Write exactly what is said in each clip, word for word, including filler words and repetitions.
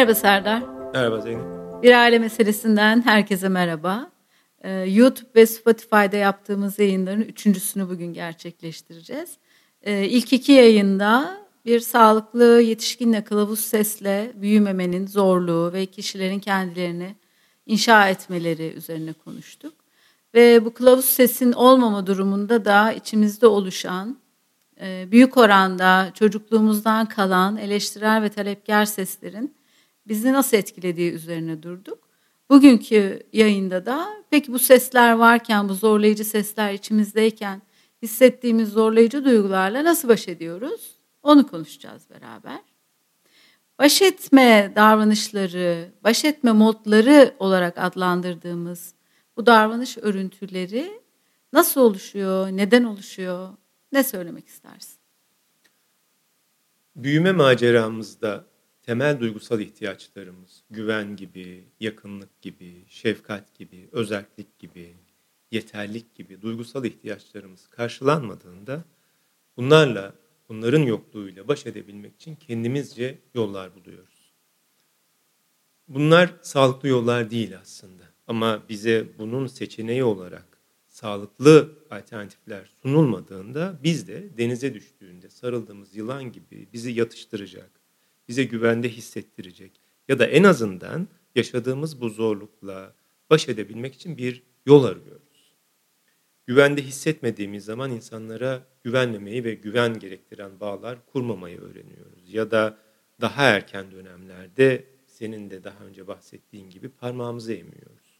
Merhaba Serdar. Merhaba Zeynep. Bir aile meselesinden herkese merhaba. Ee, YouTube ve Spotify'da yaptığımız yayınların üçüncüsünü bugün gerçekleştireceğiz. Ee, ilk iki yayında bir sağlıklı yetişkinle kılavuz sesle büyümemenin zorluğu ve kişilerin kendilerini inşa etmeleri üzerine konuştuk. Ve bu kılavuz sesin olmama durumunda da içimizde oluşan, e, büyük oranda çocukluğumuzdan kalan eleştirel ve talepkar seslerin bizi nasıl etkilediği üzerine durduk. Bugünkü yayında da peki bu sesler varken, bu zorlayıcı sesler içimizdeyken hissettiğimiz zorlayıcı duygularla nasıl baş ediyoruz? Onu konuşacağız beraber. Baş etme davranışları, baş etme modları olarak adlandırdığımız bu davranış örüntüleri nasıl oluşuyor, neden oluşuyor, ne söylemek istersin? Büyüme maceramızda temel duygusal ihtiyaçlarımız, güven gibi, yakınlık gibi, şefkat gibi, özellik gibi, yeterlik gibi duygusal ihtiyaçlarımız karşılanmadığında bunlarla, bunların yokluğuyla baş edebilmek için kendimizce yollar buluyoruz. Bunlar sağlıklı yollar değil aslında ama bize bunun seçeneği olarak sağlıklı alternatifler sunulmadığında biz de denize düştüğünde sarıldığımız yılan gibi bizi yatıştıracak, bize güvende hissettirecek ya da en azından yaşadığımız bu zorlukla baş edebilmek için bir yol arıyoruz. Güvende hissetmediğimiz zaman insanlara güvenmemeyi ve güven gerektiren bağlar kurmamayı öğreniyoruz. Ya da daha erken dönemlerde senin de daha önce bahsettiğin gibi parmağımızı emiyoruz.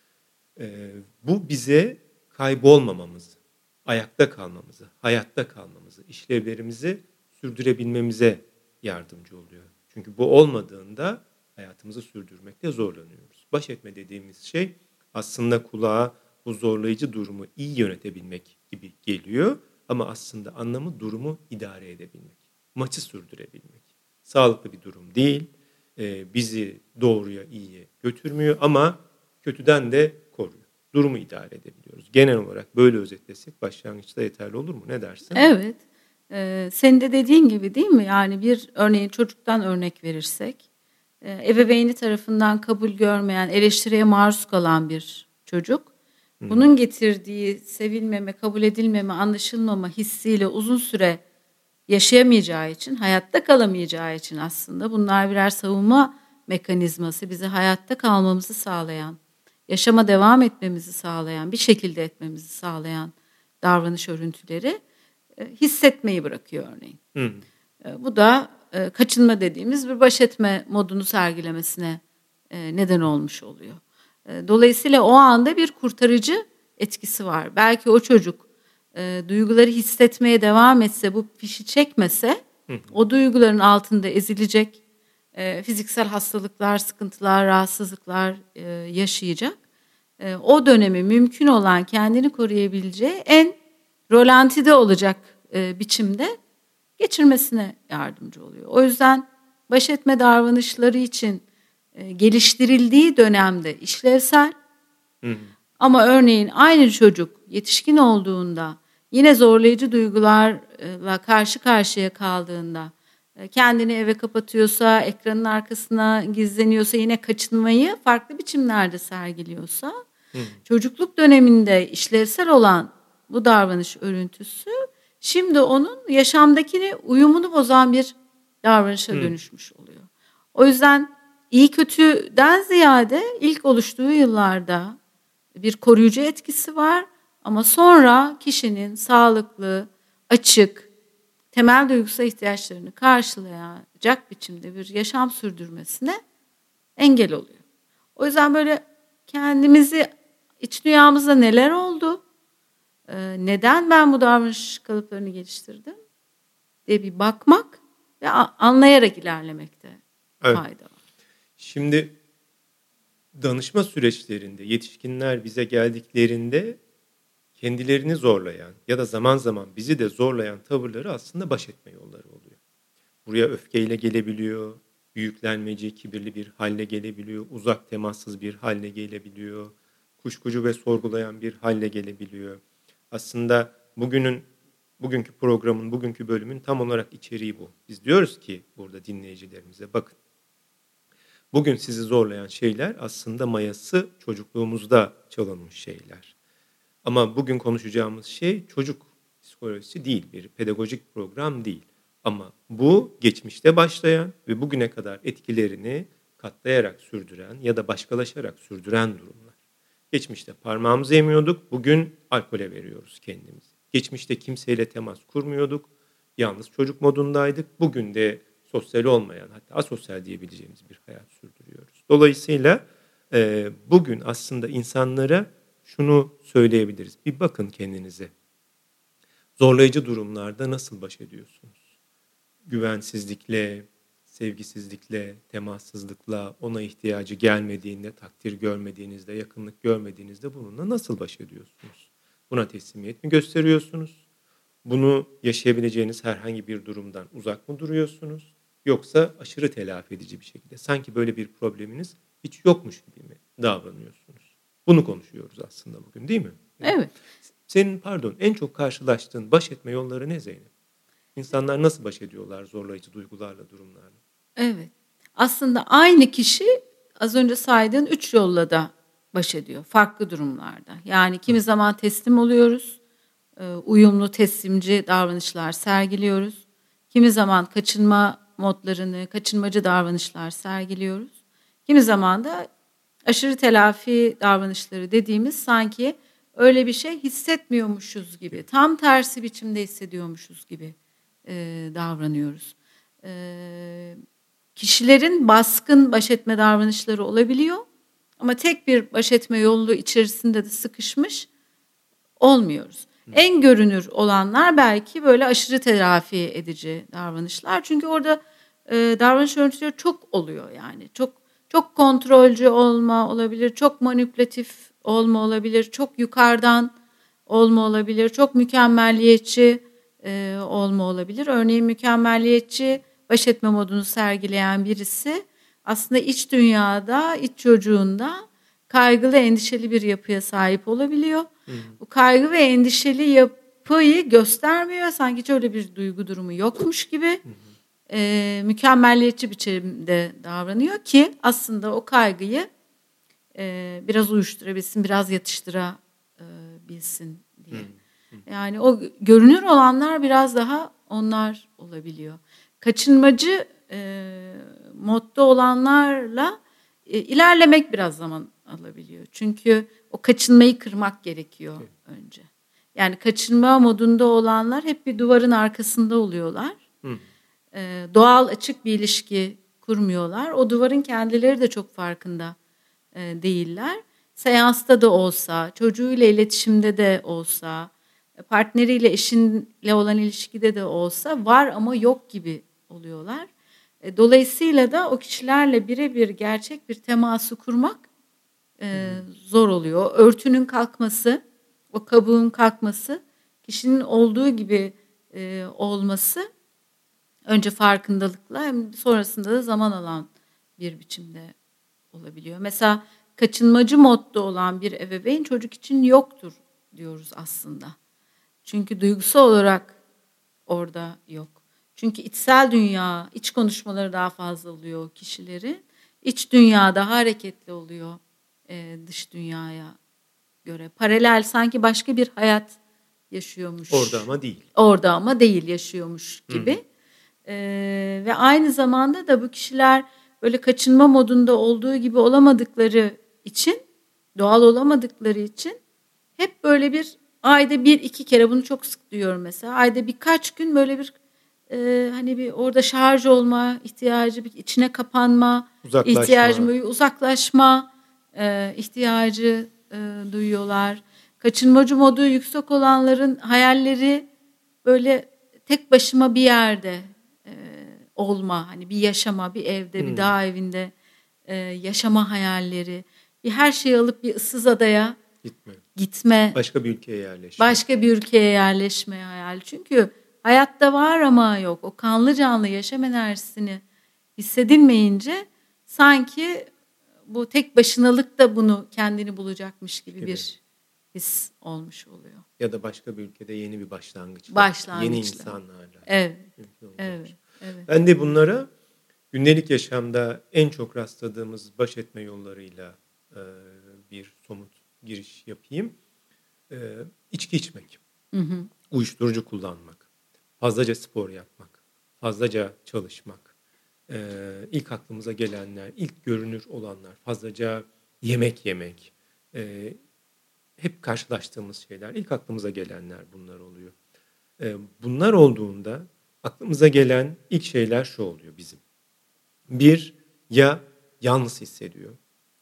Ee, bu bize kaybolmamamızı, ayakta kalmamızı, hayatta kalmamızı, işlevlerimizi sürdürebilmemize yardımcı oluyor. Çünkü bu olmadığında hayatımızı sürdürmekte zorlanıyoruz. Baş etme dediğimiz şey aslında kulağa bu zorlayıcı durumu iyi yönetebilmek gibi geliyor. Ama aslında anlamı durumu idare edebilmek, maçı sürdürebilmek. Sağlıklı bir durum değil, bizi doğruya, iyiye götürmüyor ama kötüden de koruyor. Durumu idare edebiliyoruz. Genel olarak böyle özetlesek başlangıçta yeterli olur mu? Ne dersin? Evet. Ee, senin de dediğin gibi değil mi? Yani bir örneğin çocuktan örnek verirsek, e, ebeveyni tarafından kabul görmeyen, eleştiriye maruz kalan bir çocuk, hmm. bunun getirdiği sevilmeme, kabul edilmeme, anlaşılmama hissiyle uzun süre yaşayamayacağı için, hayatta kalamayacağı için aslında bunlar birer savunma mekanizması, bizi hayatta kalmamızı sağlayan, yaşama devam etmemizi sağlayan, bir şekilde etmemizi sağlayan davranış örüntüleri e, hissetmeyi bırakıyor örneğin. Hmm. E, bu da e, kaçınma dediğimiz bir baş etme modunu sergilemesine e, neden olmuş oluyor. E, dolayısıyla o anda bir kurtarıcı etkisi var. Belki o çocuk e, duyguları hissetmeye devam etse, bu fişi çekmese, hmm. o duyguların altında ezilecek, e, fiziksel hastalıklar, sıkıntılar, rahatsızlıklar e, yaşayacak. E, o dönemi mümkün olan kendini koruyabileceği en rolantide olacak e, biçimde geçirmesine yardımcı oluyor. O yüzden baş etme davranışları için e, geliştirildiği dönemde işlevsel, hı hı. ama örneğin aynı çocuk yetişkin olduğunda yine zorlayıcı duygularla karşı karşıya kaldığında, kendini eve kapatıyorsa, ekranın arkasına gizleniyorsa, yine kaçınmayı farklı biçimlerde sergiliyorsa, hı. çocukluk döneminde işlevsel olan bu davranış örüntüsü şimdi onun yaşamdaki uyumunu bozan bir davranışa hı. dönüşmüş oluyor. O yüzden iyi kötüden ziyade ilk oluştuğu yıllarda bir koruyucu etkisi var ama sonra kişinin sağlıklı, açık, temel duygusal ihtiyaçlarını karşılayacak biçimde bir yaşam sürdürmesine engel oluyor. O yüzden böyle kendimizi, iç dünyamızda neler oldu, neden ben bu davranış kalıplarını geliştirdim diye bir bakmak ve anlayarak ilerlemekte evet. fayda var. Şimdi danışma süreçlerinde yetişkinler bize geldiklerinde kendilerini zorlayan ya da zaman zaman bizi de zorlayan tavırları aslında baş etme yolları oluyor. Buraya öfkeyle gelebiliyor, büyüklenmeci, kibirli bir halle gelebiliyor, uzak temassız bir halle gelebiliyor, kuşkucu ve sorgulayan bir halle gelebiliyor. Aslında bugünün, bugünkü programın, bugünkü bölümün tam olarak içeriği bu. Biz diyoruz ki burada dinleyicilerimize bakın. Bugün sizi zorlayan şeyler aslında mayası çocukluğumuzda çalınmış şeyler. Ama bugün konuşacağımız şey çocuk psikolojisi değil, bir pedagojik program değil. Ama bu geçmişte başlayan ve bugüne kadar etkilerini katlayarak sürdüren ya da başkalaşarak sürdüren durumlar. Geçmişte parmağımızı emiyorduk, bugün alkole veriyoruz kendimizi. Geçmişte kimseyle temas kurmuyorduk, yalnız çocuk modundaydık. Bugün de sosyal olmayan, hatta asosyal diyebileceğimiz bir hayat sürdürüyoruz. Dolayısıyla e, bugün aslında insanlara şunu söyleyebiliriz. Bir bakın kendinize. Zorlayıcı durumlarda nasıl baş ediyorsunuz? Güvensizlikle, sevgisizlikle, temassızlıkla, ona ihtiyacı gelmediğinde, takdir görmediğinizde, yakınlık görmediğinizde bununla nasıl baş ediyorsunuz? Buna teslimiyet mi gösteriyorsunuz? Bunu yaşayabileceğiniz herhangi bir durumdan uzak mı duruyorsunuz? Yoksa aşırı telafi edici bir şekilde sanki böyle bir probleminiz hiç yokmuş gibi mi davranıyorsunuz? Bunu konuşuyoruz aslında bugün, değil mi? Evet. Senin pardon en çok karşılaştığın baş etme yolları ne Zeynep? İnsanlar nasıl baş ediyorlar zorlayıcı duygularla, durumlarla? Evet. Aslında aynı kişi az önce saydığın üç yolla da baş ediyor farklı durumlarda. Yani kimi zaman teslim oluyoruz, uyumlu teslimci davranışlar sergiliyoruz. Kimi zaman kaçınma modlarını, kaçınmacı davranışlar sergiliyoruz. Kimi zaman da aşırı telafi davranışları dediğimiz sanki öyle bir şey hissetmiyormuşuz gibi, tam tersi biçimde hissediyormuşuz gibi e, davranıyoruz. E, kişilerin baskın baş etme davranışları olabiliyor ama tek bir baş etme yolu içerisinde de sıkışmış olmuyoruz. Hı. En görünür olanlar belki böyle aşırı telafi edici davranışlar. Çünkü orada e, davranış örüntüleri çok oluyor yani. Çok çok kontrolcü olma olabilir, çok manipülatif olma olabilir, çok yukarıdan olma olabilir, çok mükemmelliyetçi e, olma olabilir. Örneğin mükemmelliyetçi baş etme modunu sergileyen birisi aslında iç dünyada, iç çocuğunda kaygılı, endişeli bir yapıya sahip olabiliyor. Hı hı. Bu kaygı ve endişeli yapıyı göstermiyor. Sanki hiç öyle bir duygu durumu yokmuş gibi. Hı hı. E, mükemmelliyetçi biçimde davranıyor ki aslında o kaygıyı e, biraz uyuşturabilsin, biraz yatıştırabilsin diye. Hı hı. Yani o görünür olanlar biraz daha onlar olabiliyor. Kaçınmacı e, modda olanlarla e, ilerlemek biraz zaman alabiliyor. Çünkü o kaçınmayı kırmak gerekiyor evet. önce. Yani kaçınma modunda olanlar hep bir duvarın arkasında oluyorlar. Hı. Ee, doğal açık bir ilişki kurmuyorlar. O duvarın kendileri de çok farkında e, değiller. Seansta da olsa, çocuğuyla iletişimde de olsa, partneriyle, eşinle olan ilişkide de olsa var ama yok gibi oluyorlar. E, dolayısıyla da o kişilerle birebir gerçek bir teması kurmak e, zor oluyor. Örtünün kalkması, o kabuğun kalkması, kişinin olduğu gibi e, olması önce farkındalıkla hem sonrasında da zaman alan bir biçimde olabiliyor. Mesela kaçınmacı modda olan bir ebeveyn çocuk için yoktur diyoruz aslında. Çünkü duygusal olarak orada yok. Çünkü içsel dünya, iç konuşmaları daha fazla oluyor kişilerin. İç dünya daha hareketli oluyor e, dış dünyaya göre. Paralel sanki başka bir hayat yaşıyormuş. Orada ama değil. Orada ama değil yaşıyormuş gibi. E, ve aynı zamanda da bu kişiler böyle kaçınma modunda olduğu gibi olamadıkları için, doğal olamadıkları için hep böyle bir ayda bir iki kere bunu çok sık duyuyorum mesela. Ayda birkaç gün böyle bir e, hani bir orada şarj olma ihtiyacı, bir içine kapanma uzaklaşma. ihtiyacı, böyle uzaklaşma e, ihtiyacı e, duyuyorlar. Kaçınmacı modu yüksek olanların hayalleri böyle tek başıma bir yerde e, olma, hani bir yaşama, bir evde, hmm. bir dağ evinde e, yaşama hayalleri. Bir her şeyi alıp bir ıssız adaya Gitme. Gitme. Başka bir ülkeye yerleşme. Başka bir ülkeye yerleşme hayali. Çünkü hayatta var ama yok. O kanlı canlı yaşam enerjisini hissedilmeyince sanki bu tek başınalık da bunu kendini bulacakmış gibi, gibi bir his olmuş oluyor. Ya da başka bir ülkede yeni bir başlangıç. Başlangıçla. Yeni insanlarla. Evet. Evet. Evet. Ben de bunlara Gündelik yaşamda en çok rastladığımız baş etme yollarıyla e, bir somut giriş yapayım. E, içki içmek, Hı hı. uyuşturucu kullanmak, fazlaca spor yapmak, fazlaca çalışmak. E, ilk aklımıza gelenler, ilk görünür olanlar, fazlaca yemek yemek. E, hep karşılaştığımız şeyler, ilk aklımıza gelenler bunlar oluyor. E, bunlar olduğunda aklımıza gelen ilk şeyler şu oluyor bizim. Bir, ya yalnız hissediyor.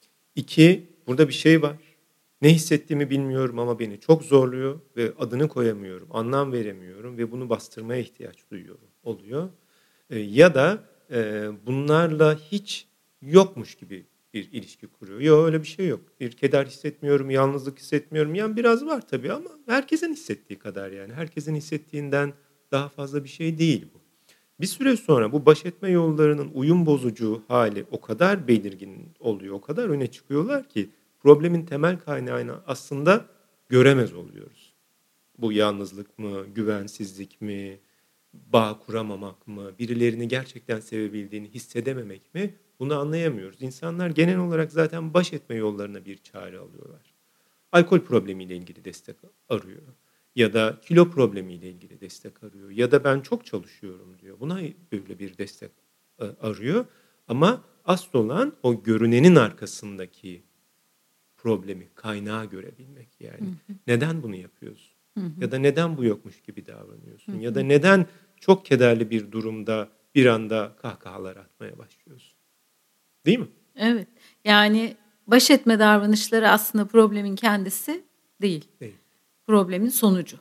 İki, burada bir şey var. Ne hissettiğimi bilmiyorum ama beni çok zorluyor ve adını koyamıyorum, anlam veremiyorum ve bunu bastırmaya ihtiyaç duyuyorum oluyor. E, ya da e, bunlarla hiç yokmuş gibi bir ilişki kuruyor. Yok öyle bir şey yok. Bir keder hissetmiyorum, yalnızlık hissetmiyorum. Yani biraz var tabii ama herkesin hissettiği kadar yani. Herkesin hissettiğinden daha fazla bir şey değil bu. Bir süre sonra bu baş etme yollarının uyum bozucu hali o kadar belirgin oluyor, o kadar öne çıkıyorlar ki problemin temel kaynağını aslında göremez oluyoruz. Bu yalnızlık mı, güvensizlik mi, bağ kuramamak mı, birilerini gerçekten sevebildiğini hissedememek mi? Bunu anlayamıyoruz. İnsanlar genel olarak zaten baş etme yollarına bir çare alıyorlar. Alkol problemiyle ilgili destek arıyor. Ya da kilo problemiyle ilgili destek arıyor. Ya da ben çok çalışıyorum diyor. Buna böyle bir destek e, arıyor. Ama asıl olan o görünenin arkasındaki problemi, kaynağı görebilmek Hı yani. hı. Neden bunu yapıyorsun? Hı hı. Ya da neden bu yokmuş gibi Hı davranıyorsun? Ya da hı. neden çok kederli bir durumda bir anda kahkahalar atmaya başlıyorsun? Değil mi? Evet. Yani baş etme davranışları aslında problemin kendisi değil. Değil. Problemin sonucu.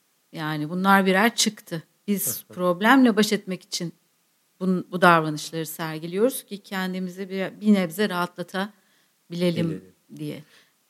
Yani bunlar birer çıktı. Biz problemle baş etmek için bu, bu davranışları sergiliyoruz ki kendimizi bir, bir nebze rahatlatabilelim Bilelim. diye.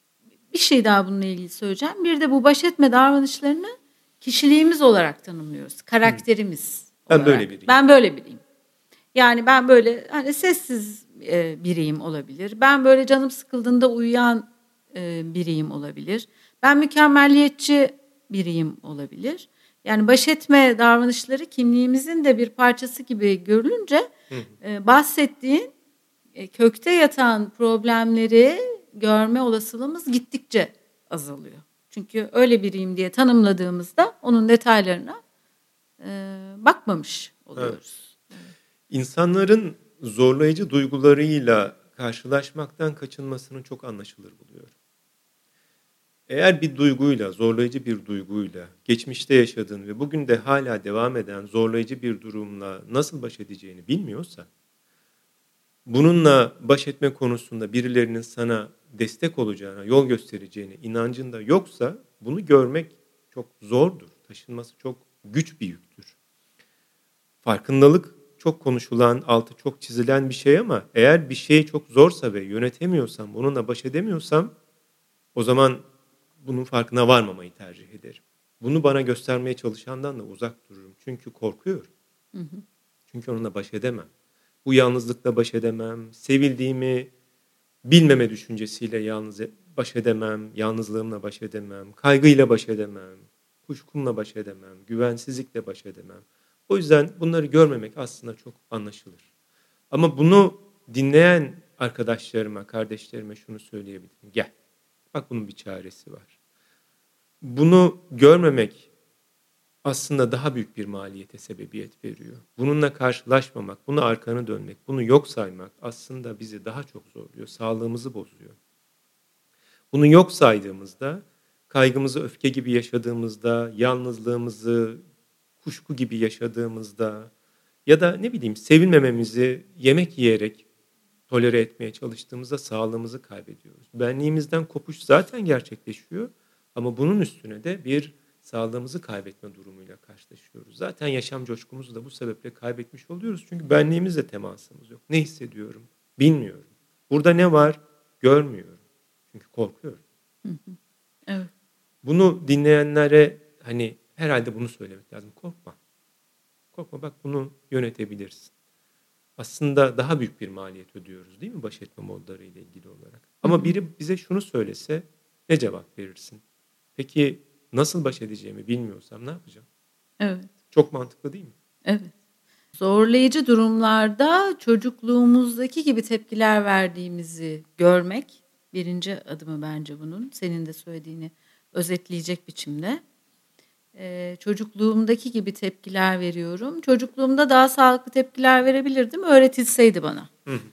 Bir şey daha bununla ilgili söyleyeceğim. Bir de bu baş etme davranışlarını kişiliğimiz olarak tanımlıyoruz. Karakterimiz Ben olarak. böyle biriyim. Ben böyle biriyim. Yani ben böyle hani sessiz e, biriyim olabilir. Ben böyle canım sıkıldığında uyuyan e, biriyim olabilir. Ben mükemmelliyetçi biriyim olabilir. Yani baş etme davranışları kimliğimizin de bir parçası gibi görülünce e, bahsettiğin e, kökte yatan problemleri görme olasılığımız gittikçe azalıyor. Çünkü öyle biriyim diye tanımladığımızda onun detaylarına e, bakmamış Evet. oluyoruz. İnsanların zorlayıcı duygularıyla karşılaşmaktan kaçınmasını çok anlaşılır buluyorum. Eğer bir duyguyla, zorlayıcı bir duyguyla, geçmişte yaşadığın ve bugün de hala devam eden zorlayıcı bir durumla nasıl baş edeceğini bilmiyorsa, bununla baş etme konusunda birilerinin sana destek olacağına, yol göstereceğine inancın da yoksa, bunu görmek çok zordur. Taşınması çok güç bir yüktür. Farkındalık çok konuşulan, altı çok çizilen bir şey ama eğer bir şey çok zorsa ve yönetemiyorsam, bununla baş edemiyorsam o zaman bunun farkına varmamayı tercih ederim. Bunu bana göstermeye çalışandan da uzak dururum. Çünkü korkuyorum. Hı hı. Çünkü onunla baş edemem. Bu yalnızlıkla baş edemem. Sevildiğimi bilmeme düşüncesiyle yalnız baş edemem. Yalnızlığımla baş edemem. Kaygıyla baş edemem. Kuşkumla baş edemem. Güvensizlikle baş edemem. O yüzden bunları görmemek aslında çok anlaşılır. Ama bunu dinleyen arkadaşlarıma, kardeşlerime şunu söyleyebilirim. Gel. Bak bunun bir çaresi var. Bunu görmemek aslında daha büyük bir maliyete sebebiyet veriyor. Bununla karşılaşmamak, bunu arkanı dönmek, bunu yok saymak aslında bizi daha çok zorluyor, sağlığımızı bozuyor. Bunu yok saydığımızda, kaygımızı öfke gibi yaşadığımızda, yalnızlığımızı kuşku gibi yaşadığımızda ya da ne bileyim sevilmememizi yemek yiyerek tolere etmeye çalıştığımızda sağlığımızı kaybediyoruz. Benliğimizden kopuş zaten gerçekleşiyor ama bunun üstüne de bir sağlığımızı kaybetme durumuyla karşılaşıyoruz. Zaten yaşam coşkumuzu da bu sebeple kaybetmiş oluyoruz. Çünkü benliğimizle temasımız yok. Ne hissediyorum? Bilmiyorum. Burada ne var? Görmüyorum. Çünkü korkuyorum. Hı hı. Evet. Bunu dinleyenlere hani herhalde bunu söylemek lazım. Korkma. Korkma bak bunu yönetebilirsin. Aslında daha büyük bir maliyet ödüyoruz değil mi baş etme modları ile ilgili olarak? Ama biri bize şunu söylese ne cevap verirsin? Peki nasıl baş edeceğimi bilmiyorsam ne yapacağım? Evet. Çok mantıklı değil mi? Evet. Zorlayıcı durumlarda çocukluğumuzdaki gibi tepkiler verdiğimizi görmek birinci adımı bence bunun. Senin de söylediğini özetleyecek biçimde. Ee, çocukluğumdaki gibi tepkiler veriyorum. Çocukluğumda daha sağlıklı tepkiler verebilirdim, öğretilseydi bana. Hı hı.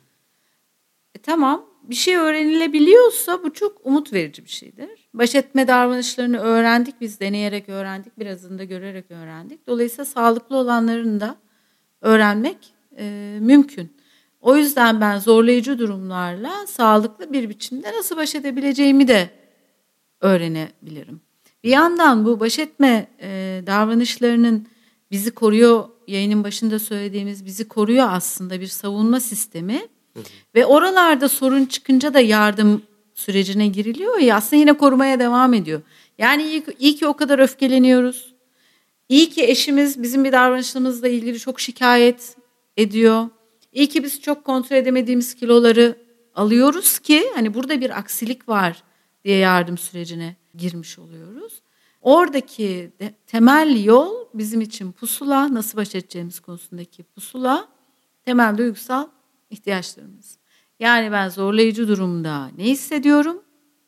E, tamam, bir şey öğrenilebiliyorsa bu çok umut verici bir şeydir. Baş etme davranışlarını öğrendik, biz deneyerek öğrendik, birazını da görerek öğrendik. Dolayısıyla sağlıklı olanların da öğrenmek e, mümkün. O yüzden ben zorlayıcı durumlarla sağlıklı bir biçimde nasıl baş edebileceğimi de öğrenebilirim. Bir yandan bu baş etme e, davranışlarının bizi koruyor, yayının başında söylediğimiz bizi koruyor aslında bir savunma sistemi. Hı hı. Ve oralarda sorun çıkınca da yardım sürecine giriliyor ya, aslında yine korumaya devam ediyor. Yani iyi, iyi ki o kadar öfkeleniyoruz. İyi ki eşimiz bizim bir davranışımızla ilgili çok şikayet ediyor. İyi ki biz çok kontrol edemediğimiz kiloları alıyoruz ki hani burada bir aksilik var diye yardım sürecine girmiş oluyoruz. Oradaki de, temel yol bizim için pusula, nasıl baş edeceğimiz konusundaki pusula, temel duygusal ihtiyaçlarımız. Yani ben zorlayıcı durumda ne hissediyorum?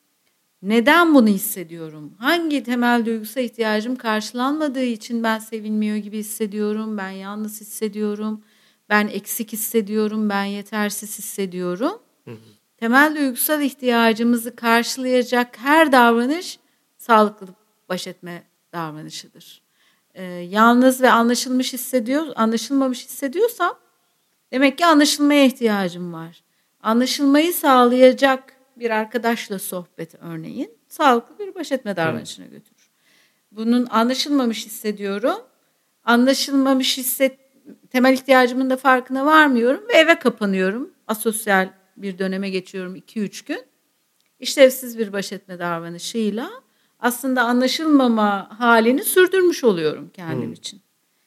Neden bunu hissediyorum? Hangi temel duygusal ihtiyacım karşılanmadığı için ben sevilmiyor gibi hissediyorum, ben yalnız hissediyorum, ben eksik hissediyorum, ben yetersiz hissediyorum. Hı hı. Temel duygusal ihtiyacımızı karşılayacak her davranış sağlıklı baş etme davranışıdır. Ee, yalnız ve anlaşılmış hissediyor, anlaşılmamış hissediyorsam demek ki anlaşılmaya ihtiyacım var. Anlaşılmayı sağlayacak bir arkadaşla sohbet örneğin sağlıklı bir baş etme davranışına hmm. götürür. Bunun anlaşılmamış hissediyorum. Anlaşılmamış hisset temel ihtiyacımın da farkına varmıyorum ve eve kapanıyorum. Asosyal bir döneme geçiyorum iki üç gün. İşlevsiz bir baş etme davranışıyla aslında anlaşılmama halini sürdürmüş oluyorum kendim hmm. için.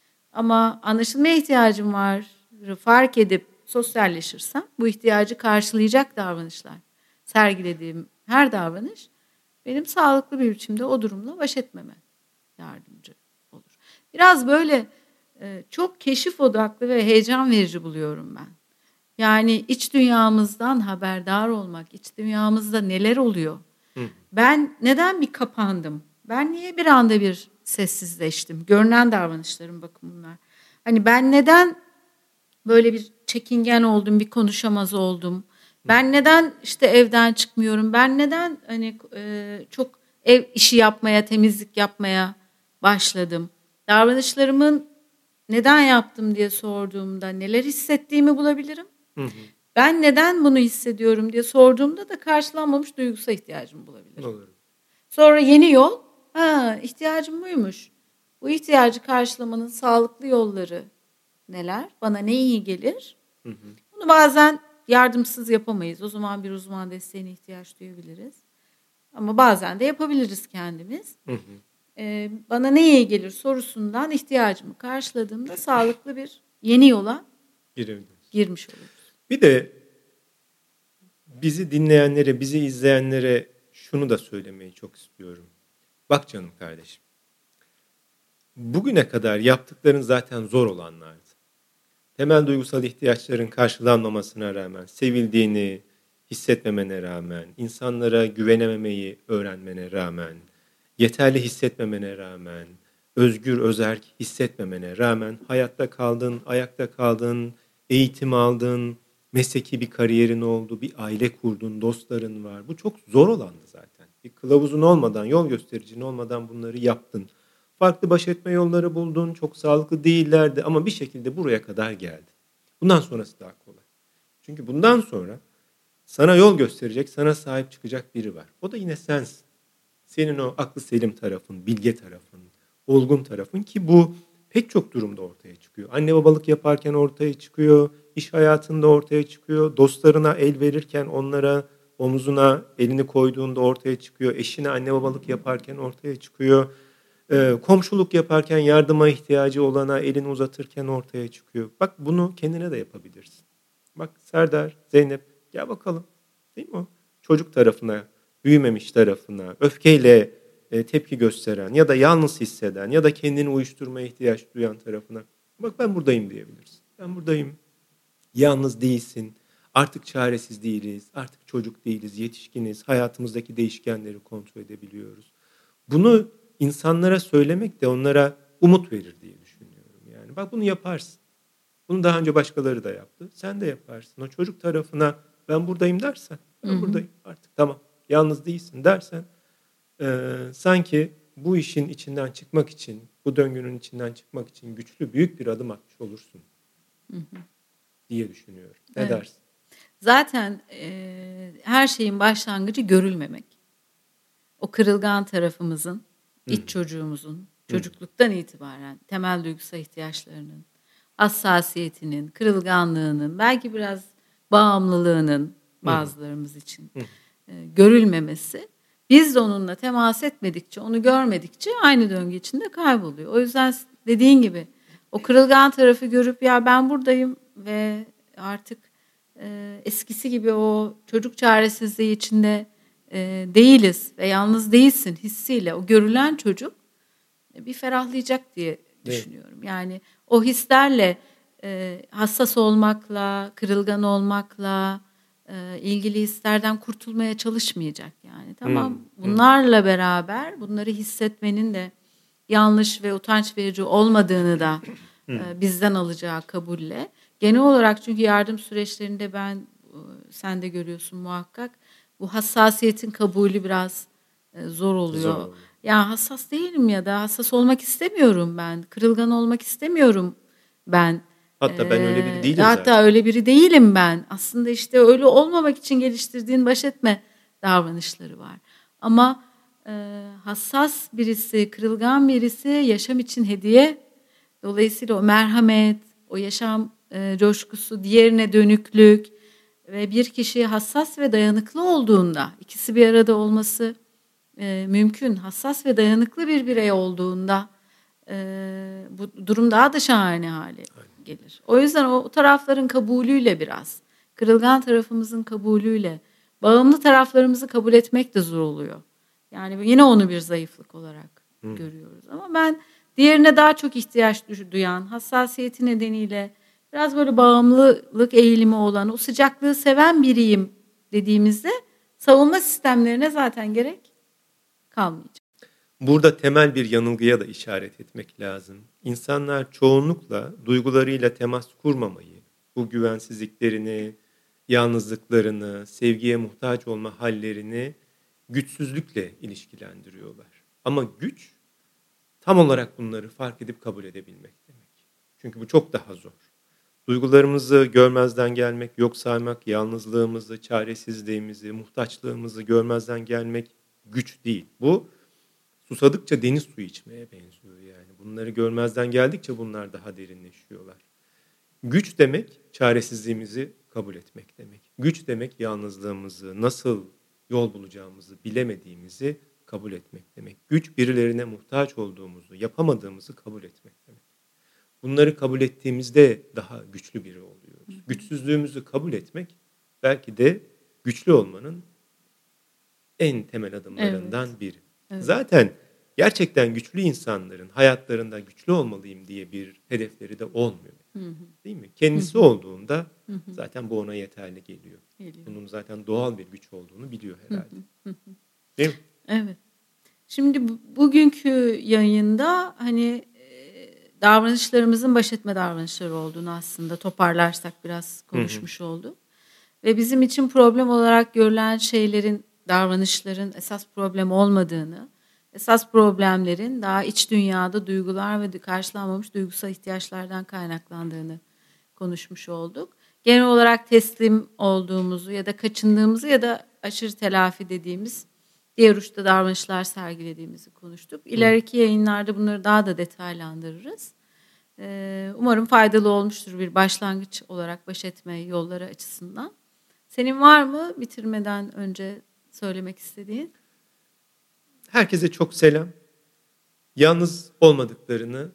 Ama anlaşılmaya ihtiyacım var fark edip sosyalleşirsem bu ihtiyacı karşılayacak davranışlar sergilediğim her davranış benim sağlıklı bir biçimde o durumla baş etmeme yardımcı olur. Biraz böyle e, çok keşif odaklı ve heyecan verici buluyorum ben. Yani iç dünyamızdan haberdar olmak, iç dünyamızda neler oluyor? Hı. Ben neden bir kapandım? Ben niye bir anda bir sessizleştim? Görünen davranışlarım bakın bunlar. Hani ben neden böyle bir çekingen oldum, bir konuşamaz oldum? Ben neden işte evden çıkmıyorum? Ben neden hani e, çok ev işi yapmaya, temizlik yapmaya başladım? Davranışlarımın neden yaptım diye sorduğumda neler hissettiğimi bulabilirim. Hı hı. Ben neden bunu hissediyorum diye sorduğumda da karşılanmamış duygusal ihtiyacımı bulabilirim. Olur. Sonra yeni yol, ha ihtiyacım buymuş. Bu ihtiyacı karşılamanın sağlıklı yolları neler? Bana ne iyi gelir? Hı hı. Bunu bazen yardımsız yapamayız. O zaman bir uzman desteğine ihtiyaç duyabiliriz. Ama bazen de yapabiliriz kendimiz. Hı hı. Ee, bana ne iyi gelir sorusundan ihtiyacımı karşıladığımda sağlıklı bir yeni yola girmiş oluruz. Bir de bizi dinleyenlere, bizi izleyenlere şunu da söylemeyi çok istiyorum. Bak canım kardeşim. Bugüne kadar yaptıkların zaten zor olanlardı. Temel duygusal ihtiyaçların karşılanmamasına rağmen, sevildiğini hissetmemene rağmen, insanlara güvenememeyi öğrenmene rağmen, yeterli hissetmemene rağmen, özgür, özerk hissetmemene rağmen hayatta kaldın, ayakta kaldın, eğitim aldın, mesleki bir kariyerin oldu, bir aile kurdun, dostların var. Bu çok zor olandı zaten. Bir kılavuzun olmadan, yol göstericin olmadan bunları yaptın. Farklı baş etme yolları buldun, çok sağlıklı değillerdi ama bir şekilde buraya kadar geldin. Bundan sonrası daha kolay. Çünkü bundan sonra sana yol gösterecek, sana sahip çıkacak biri var. O da yine sensin. Senin o aklı selim tarafın, bilge tarafın, olgun tarafın ki bu pek çok durumda ortaya çıkıyor. Anne babalık yaparken ortaya çıkıyor, iş hayatında ortaya çıkıyor, dostlarına el verirken onlara omuzuna elini koyduğunda ortaya çıkıyor, eşine anne babalık yaparken ortaya çıkıyor. Ee, komşuluk yaparken yardıma ihtiyacı olana elini uzatırken ortaya çıkıyor. Bak bunu kendine de yapabilirsin. Bak Serdar, Zeynep gel bakalım. Değil mi o? Çocuk tarafına, büyümemiş tarafına, öfkeyle e, tepki gösteren ya da yalnız hisseden ya da kendini uyuşturmaya ihtiyaç duyan tarafına. Bak ben buradayım diyebilirsin. Ben buradayım. Yalnız değilsin. Artık çaresiz değiliz. Artık çocuk değiliz. Yetişkiniz. Hayatımızdaki değişkenleri kontrol edebiliyoruz. Bunu insanlara söylemek de onlara umut verir diye düşünüyorum. Yani bak bunu yaparsın. Bunu daha önce başkaları da yaptı. Sen de yaparsın. O çocuk tarafına ben buradayım dersen, Hı ben hı. buradayım artık tamam. Yalnız değilsin dersen, e, sanki bu işin içinden çıkmak için, bu döngünün içinden çıkmak için güçlü büyük bir adım atmış olursun Hı hı. diye düşünüyorum. Ne Evet. dersin? Zaten e, her şeyin başlangıcı görülmemek. O kırılgan tarafımızın, Hı hı. iç çocuğumuzun Hı hı. çocukluktan itibaren temel duygusal ihtiyaçlarının, hassasiyetinin, kırılganlığının, belki biraz bağımlılığının Hı hı. bazılarımız için Hı hı. e, görülmemesi, biz de onunla temas etmedikçe, onu görmedikçe aynı döngü içinde kayboluyor. O yüzden dediğin gibi o kırılgan tarafı görüp ya ben buradayım ve artık e, eskisi gibi o çocuk çaresizliği içinde e, değiliz ve yalnız değilsin hissiyle o görülen çocuk e, bir ferahlayacak diye Evet. düşünüyorum. Yani o hislerle e, hassas olmakla, kırılgan olmakla e, ilgili hislerden kurtulmaya çalışmayacak yani. Tamam, Hı hı. bunlarla beraber bunları hissetmenin de yanlış ve utanç verici olmadığını da Hı hı. e, bizden alacağı kabulle. Genel olarak çünkü yardım süreçlerinde ben e, sen de görüyorsun muhakkak bu hassasiyetin kabulü biraz e, zor Zor oluyor. oluyor. Ya hassas değilim ya da hassas olmak istemiyorum ben. Kırılgan olmak istemiyorum ben. Hatta ben öyle biri Ee, değilim hatta zaten. öyle biri değilim ben. Aslında işte öyle olmamak için geliştirdiğin baş etme davranışları var. Ama e, hassas birisi, kırılgan birisi yaşam için hediye. Dolayısıyla o merhamet, o yaşam e, coşkusu, diğerine dönüklük ve bir kişi hassas ve dayanıklı olduğunda, ikisi bir arada olması e, mümkün. Hassas ve dayanıklı bir birey olduğunda e, bu durum daha da şahane hale Aynen. gelir. O yüzden o tarafların kabulüyle biraz, kırılgan tarafımızın kabulüyle, bağımlı taraflarımızı kabul etmek de zor oluyor. Yani yine onu bir zayıflık olarak Hı. görüyoruz. Ama ben diğerine daha çok ihtiyaç duyan, hassasiyeti nedeniyle biraz böyle bağımlılık eğilimi olan, o sıcaklığı seven biriyim dediğimizde savunma sistemlerine zaten gerek kalmayacak. Burada temel bir yanılgıya da işaret etmek lazım. İnsanlar çoğunlukla duygularıyla temas kurmamayı, bu güvensizliklerini, yalnızlıklarını, sevgiye muhtaç olma hallerini güçsüzlükle ilişkilendiriyorlar. Ama güç tam olarak bunları fark edip kabul edebilmek demek. Çünkü bu çok daha zor. Duygularımızı görmezden gelmek, yok saymak, yalnızlığımızı, çaresizliğimizi, muhtaçlığımızı görmezden gelmek güç değil. Bu susadıkça deniz suyu içmeye benziyor yani. Bunları görmezden geldikçe bunlar daha derinleşiyorlar. Güç demek çaresizliğimizi kabul etmek demek. Güç demek yalnızlığımızı, nasıl yol bulacağımızı bilemediğimizi kabul etmek demek. Güç birilerine muhtaç olduğumuzu, yapamadığımızı kabul etmek demek. Bunları kabul ettiğimizde daha güçlü biri oluyoruz. Güçsüzlüğümüzü kabul etmek belki de güçlü olmanın en temel Evet, adımlarından biri. evet. Zaten gerçekten güçlü insanların hayatlarında güçlü olmalıyım diye bir hedefleri de olmuyor. Hı hı, Değil mi? hı Kendisi hı, olduğunda hı hı. zaten bu ona yeterli geliyor. Geliyor. Bunun zaten doğal bir güç olduğunu biliyor Hı herhalde. hı, hı hı. Değil mi? Evet. Şimdi bu- bugünkü yayında hani e, davranışlarımızın baş etme davranışları olduğunu aslında toparlarsak biraz Hı hı. konuşmuş olduk. Ve bizim için problem olarak görülen şeylerin, davranışların esas problem olmadığını, esas problemlerin daha iç dünyada duygular ve karşılanmamış duygusal ihtiyaçlardan kaynaklandığını konuşmuş olduk. Genel olarak teslim olduğumuzu ya da kaçındığımızı ya da aşırı telafi dediğimiz diğer uçta davranışlar sergilediğimizi konuştuk. Hı. İleriki yayınlarda bunları daha da detaylandırırız. Ee, umarım faydalı olmuştur bir başlangıç olarak baş etme yolları açısından. Senin var mı bitirmeden önce söylemek istediğin? Herkese çok selam. Yalnız olmadıklarını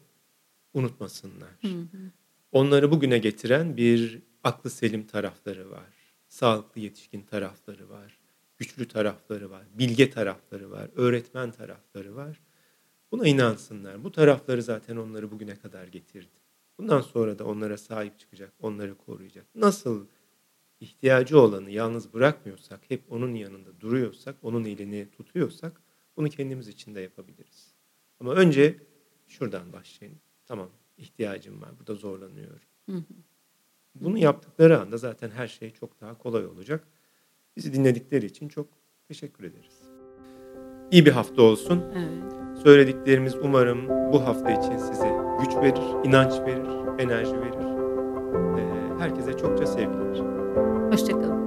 Hı unutmasınlar. hı. Onları bugüne getiren bir aklı selim tarafları var. Sağlıklı yetişkin tarafları var. Güçlü tarafları var. Bilge tarafları var. Öğretmen tarafları var. Buna inansınlar. Bu tarafları zaten onları bugüne kadar getirdi. Bundan sonra da onlara sahip çıkacak, onları koruyacak. Nasıl ihtiyacı olanı yalnız bırakmıyorsak, hep onun yanında duruyorsak, onun elini tutuyorsak bunu kendimiz için de yapabiliriz. Ama önce şuradan başlayın. Tamam, ihtiyacım var, burada zorlanıyorum. Hı hı. Bunu yaptıkları anda zaten her şey çok daha kolay olacak. Bizi dinledikleri için çok teşekkür ederiz. İyi bir hafta olsun. Evet. Söylediklerimiz umarım bu hafta için size güç verir, inanç verir, enerji verir. Ee, herkese çokça sevgiler. Hoşça kalın.